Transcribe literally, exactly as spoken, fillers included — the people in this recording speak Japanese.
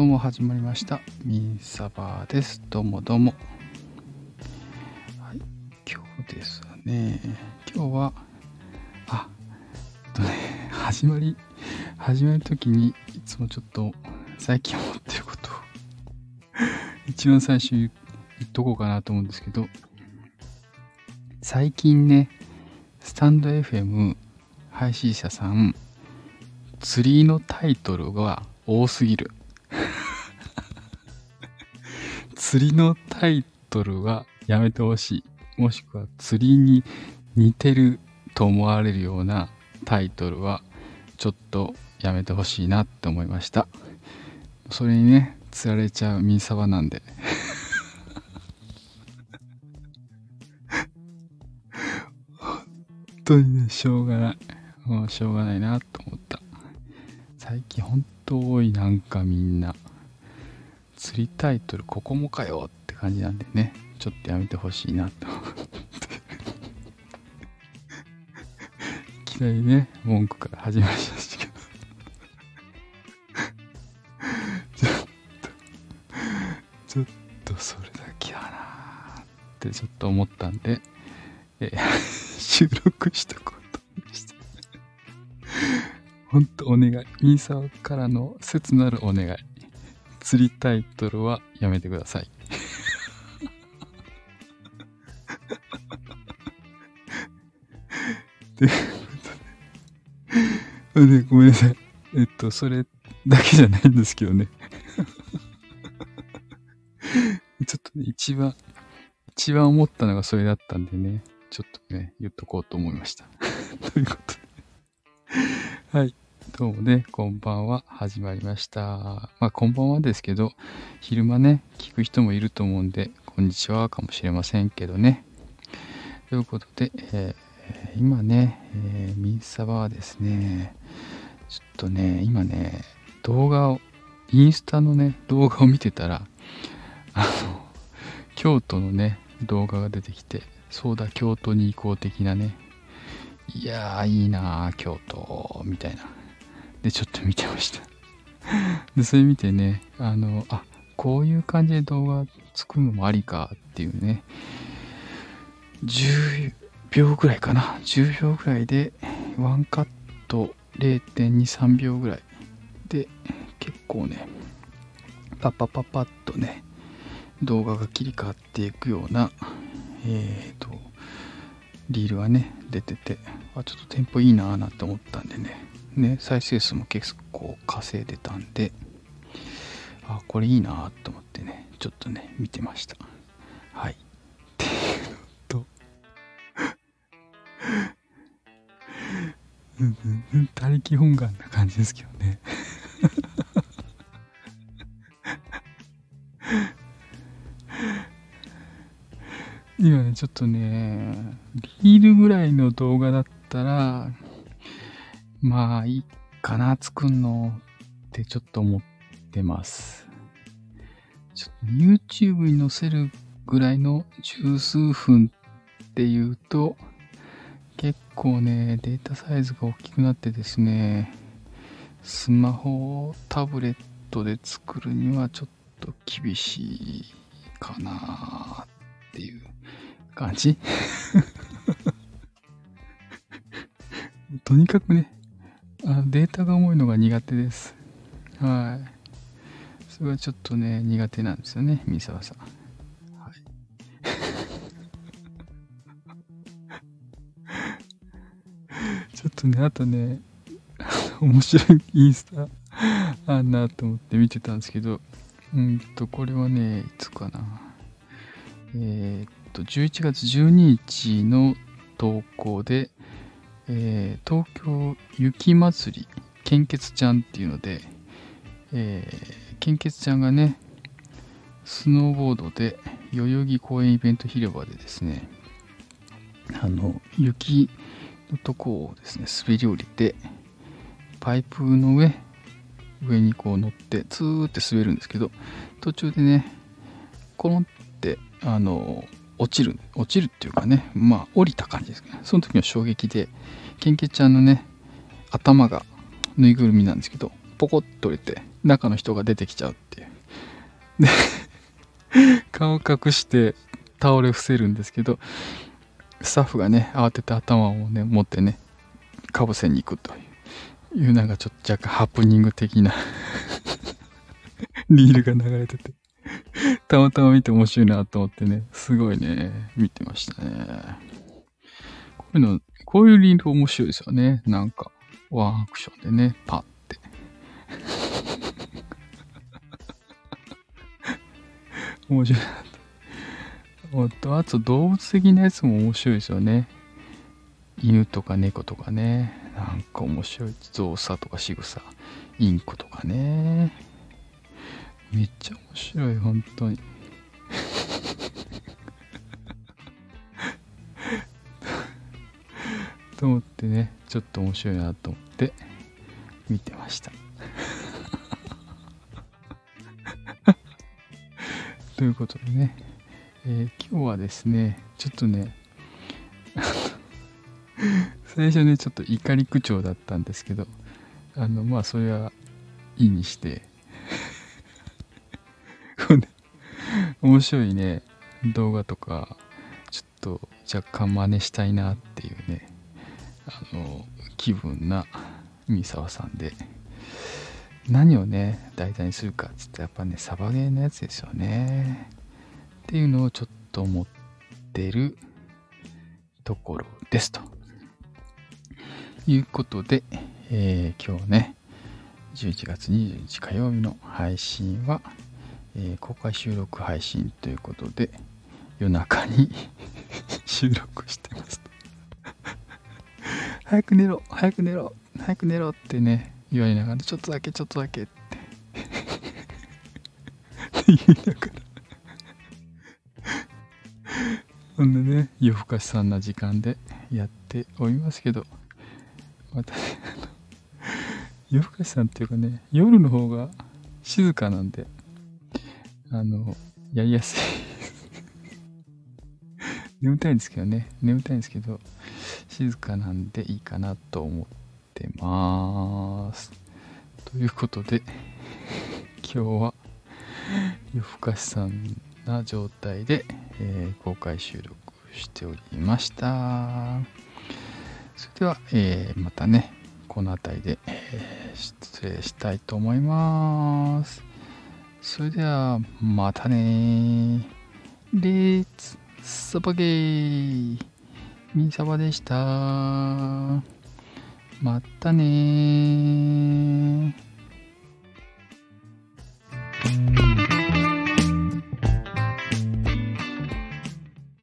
どうも始まりましたミンサバです。どうもどうも。はい、今日ですね。今日はあえっとね始まり始めるときにいつもちょっと最近思ってることを一番最初に言っとこうかなと思うんですけど、最近ねスタンド エフエム 配信者さん釣りのタイトルが多すぎる。釣りのタイトルはやめてほしい。もしくは釣りに似てると思われるようなタイトルはちょっとやめてほしいなって思いました。それにね釣られちゃうミンサバなんで本当にねしょうがないもうしょうがないなと思った。最近本当多い。なんかみんな釣りタイトルここもかよって感じなんでね、ちょっとやめてほしいなと思っていきなりね文句から始まりましたけどちょっとちょっとそれだけはなーってちょっと思ったんで、えー、収録したことにして本当お願い、ミンサワからの切なるお願い、釣りタイトルはやめてください。ということで、ごめんなさい。えっと、それだけじゃないんですけどね。ちょっとね、一番、一番思ったのがそれだったんでね、ちょっとね、言っとこうと思いました。ということで。はい。どうもね、こんばんは。始まりました。まあ、こんばんはですけど、昼間ね、聞く人もいると思うんで、こんにちはかもしれませんけどね。ということで、えー、今ね、えー、ミンサバはですね、ちょっとね、今ね、動画を、インスタのね、動画を見てたら、あの、京都のね、動画が出てきて、そうだ、京都に行こう的なね、いやー、いいなー、京都、みたいな。で、ちょっと見てました。で、それ見てね、あの、あ、こういう感じで動画作るのもありかっていうね、じゅうびょうぐらいかな。じゅうびょうぐらいで、ワンカット れいてんにさんびょうぐらいで、結構ね、パッパッパッパッとね、動画が切り替わっていくような、えーと、リールがね、出てて、あ、ちょっとテンポいいなぁなと思ったんでね、ね、再生数も結構稼いでたんで、あ、これいいなぁと思ってね、ちょっとね、見てました。はい。っていうのと、うんうんうん、他力本願な感じですけどね。今ね、ちょっとね、リールぐらいの動画だったら、まあいいかな、作んのってちょっと思ってます。ちょっと YouTube に載せるぐらいの十数分っていうと、結構ね、データサイズが大きくなってですね、スマホ、タブレットで作るにはちょっと厳しいかなっていう感じとにかくね、あデータが重いのが苦手です。はい。それはちょっとね、苦手なんですよね、三沢さん。はい。ちょっとね、あとね、面白いインスタあんなと思って見てたんですけど、うんと、これはね、いつかな。えー、っと、じゅういちがつじゅうににちの投稿で、えー、東京雪まつり献血ちゃんっていうので、えー、献血ちゃんがね、スノーボードで代々木公園イベント広場でですね、あの、雪のとこをですね、滑り降りて、パイプの上、上にこう乗って、ツーって滑るんですけど、途中でね、コロンって、あの、落ちる、落ちるっていうかね、まあ、降りた感じですね。その時の衝撃で、ケンケちゃんのね、頭がぬいぐるみなんですけど、ポコッと折れて、 中の人が出てきちゃうっていう。で、顔隠して倒れ伏せるんですけど、スタッフがね、慌てて頭をね、持ってね、かぶせに行くという、いうなんかちょっと若干ハプニング的なリールが流れてて、たまたま見て面白いなと思ってね、すごいね、見てましたね。こういうの、こういうリール面白いですよね。なんか、ワンアクションでね、パッて。面白いなと。あと動物的なやつも面白いですよね。犬とか猫とかね。なんか面白い。動作とか仕草。インコとかね。めっちゃ面白い、本当に。と思ってね、ちょっと面白いなと思って見てました。ということでね、えー、今日はですね、ちょっとね、最初ね、ちょっと怒り口調だったんですけど、あの、まあ、それはいいにして、面白いね、動画とか、ちょっと若干真似したいなっていうね、あの、気分な三沢さんで、何をね、題材にするかっつってやっぱね、サバゲーのやつですよね。っていうのをちょっと思ってるところですと。いうことで、えー、今日ね、じゅういちがつにじゅうににち火曜日の配信は、えー、公開収録配信ということで、夜中に収録してますと。早く寝ろ早く寝ろ早く寝ろってね、言われながら、ちょっとだけちょっとだけって言いながら。そんなね、夜更かしさんな時間でやっておりますけど、またね、夜更かしさんっていうかね、夜の方が静かなんで、あの、やりやすい。眠たいんですけどね、眠たいんですけど、静かなんでいいかなと思ってます。ということで、今日は夜更かしさんな状態で、えー、公開収録しておりました。それでは、えー、またね、この辺りで、えー、失礼したいと思います。それでは、またね。レッツサバゲー。みさばでした。またね。